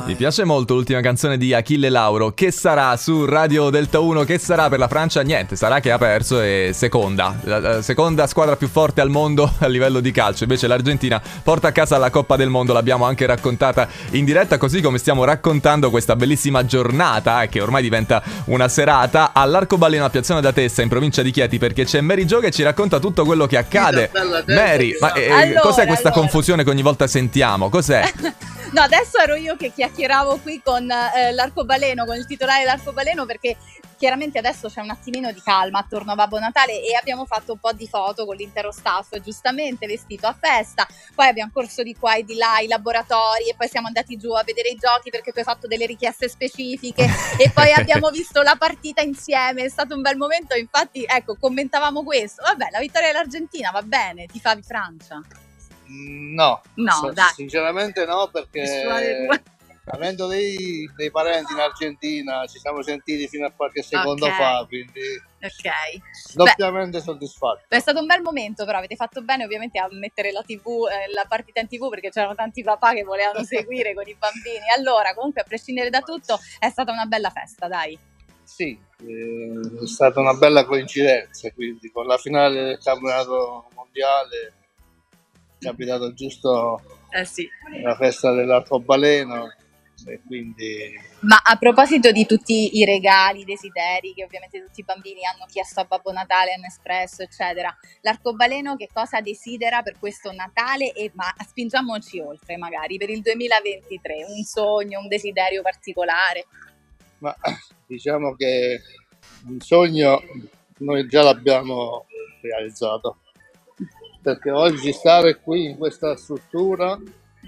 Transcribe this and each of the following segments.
Mi piace molto l'ultima canzone di Achille Lauro. Che sarà su Radio Delta 1? Che sarà per la Francia? Niente, sarà che ha perso e seconda. La seconda squadra più forte al mondo a livello di calcio. Invece l'Argentina porta a casa la Coppa del Mondo. L'abbiamo anche raccontata in diretta, così come stiamo raccontando questa bellissima giornata che ormai diventa una serata all'Arcobaleno a Piazzone da Tessa in provincia di Chieti, perché c'è Mary Jo che ci racconta tutto quello che accade. Mary, ma cos'è questa confusione che ogni volta sentiamo? Cos'è? No, adesso ero io che chiacchieravo qui con l'Arcobaleno, con il titolare dell'Arcobaleno, perché chiaramente adesso c'è un attimino di calma attorno a Babbo Natale e abbiamo fatto un po' di foto con l'intero staff, giustamente vestito a festa, poi abbiamo corso di qua e di là i laboratori e poi siamo andati giù a vedere i giochi perché tu hai fatto delle richieste specifiche e poi abbiamo visto la partita insieme, è stato un bel momento, infatti ecco, commentavamo questo, vabbè, la vittoria dell'Argentina va bene, tifavi Francia? No, dai. Sinceramente no, perché avendo dei parenti in Argentina ci siamo sentiti fino a qualche secondo fa, quindi doppiamente soddisfatto. È stato un bel momento, però avete fatto bene ovviamente a mettere la TV, la partita in TV, perché c'erano tanti papà che volevano seguire con i bambini. Allora, comunque, a prescindere da tutto, è stata una bella festa, dai. Sì, è stata una bella coincidenza, quindi con la finale del campionato mondiale è capitato giusto la festa dell'Arcobaleno e quindi... Ma a proposito di tutti i regali, i desideri che ovviamente tutti i bambini hanno chiesto a Babbo Natale, hanno espresso eccetera, l'Arcobaleno che cosa desidera per questo Natale ma spingiamoci oltre magari per il 2023, un sogno, un desiderio particolare? Ma diciamo che un sogno noi già l'abbiamo realizzato, perché oggi stare qui in questa struttura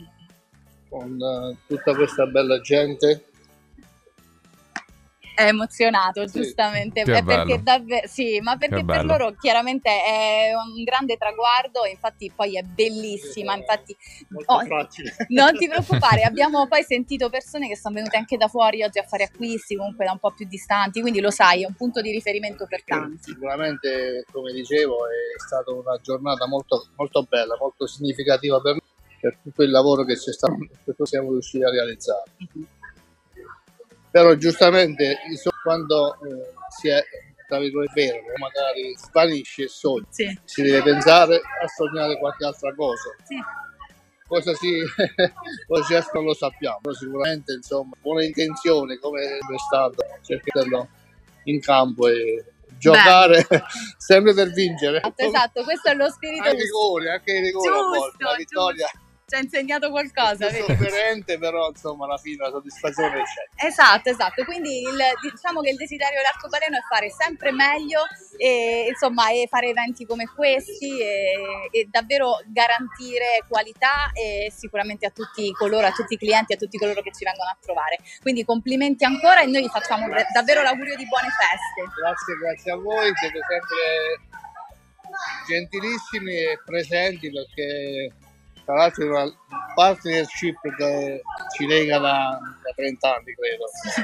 con tutta questa bella gente è emozionato, giustamente, perché davvero ma perché per loro chiaramente è un grande traguardo, infatti poi è bellissima, infatti facile. Non ti preoccupare, abbiamo poi sentito persone che sono venute anche da fuori oggi a fare acquisti, comunque da un po' più distanti, quindi lo sai, è un punto di riferimento per tanti. Sicuramente, come dicevo, è stata una giornata molto, molto bella, molto significativa per tutto il lavoro che c'è stato, per cui siamo riusciti a realizzare. Però giustamente quando si è, tra virgolette, vero, magari svanisce il sogno, si deve pensare a sognare qualche altra cosa. Cosa non lo sappiamo, però sicuramente insomma buona intenzione come è stato, cercherò in campo e giocare sempre per vincere. Esatto, questo è lo spirito. Anche i rigori a volte, la vittoria. Ci ha insegnato qualcosa, è sofferente, però insomma alla fine la soddisfazione c'è. Esatto, quindi diciamo che il desiderio dell'Arcobaleno è fare sempre meglio e insomma e fare eventi come questi e davvero garantire qualità e sicuramente a tutti i clienti, a tutti coloro che ci vengono a trovare. Quindi complimenti ancora e noi vi facciamo davvero l'augurio di buone feste. Grazie a voi, siete sempre gentilissimi e presenti, perché tra l'altro è una partnership che ci lega da 30 anni, credo.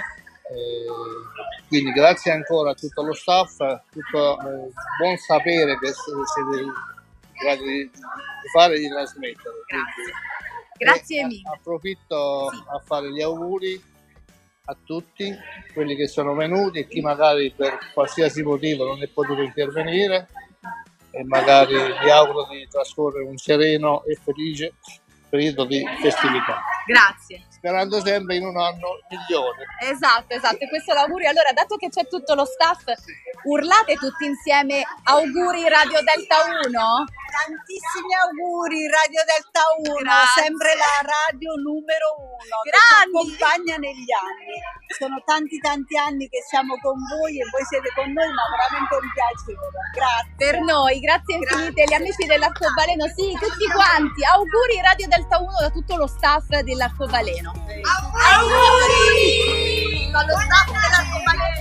Quindi grazie ancora a tutto lo staff, tutto buon sapere che siete in grado di fare e di trasmettere. Grazie mille. Approfitto a fare gli auguri a tutti quelli che sono venuti e chi magari per qualsiasi motivo non è potuto intervenire. E magari vi auguro di trascorrere un sereno e felice periodo di festività. Grazie. Sperando sempre in un anno migliore. Esatto, e questo è l'augurio. Allora, dato che c'è tutto lo staff, urlate tutti insieme auguri Radio Delta 1? Tantissimi auguri Radio Delta 1, sempre la radio numero 1 che ci accompagna negli anni. Sono tanti anni che siamo con voi e voi siete con noi, ma veramente un piacere. Grazie. Per noi, grazie infinite, gli amici dell'Arcobaleno, sì, tutti quanti. Auguri Radio Delta 1 da tutto lo staff dell'Arcobaleno. Auguri! Dallo staff dell'Arcobaleno.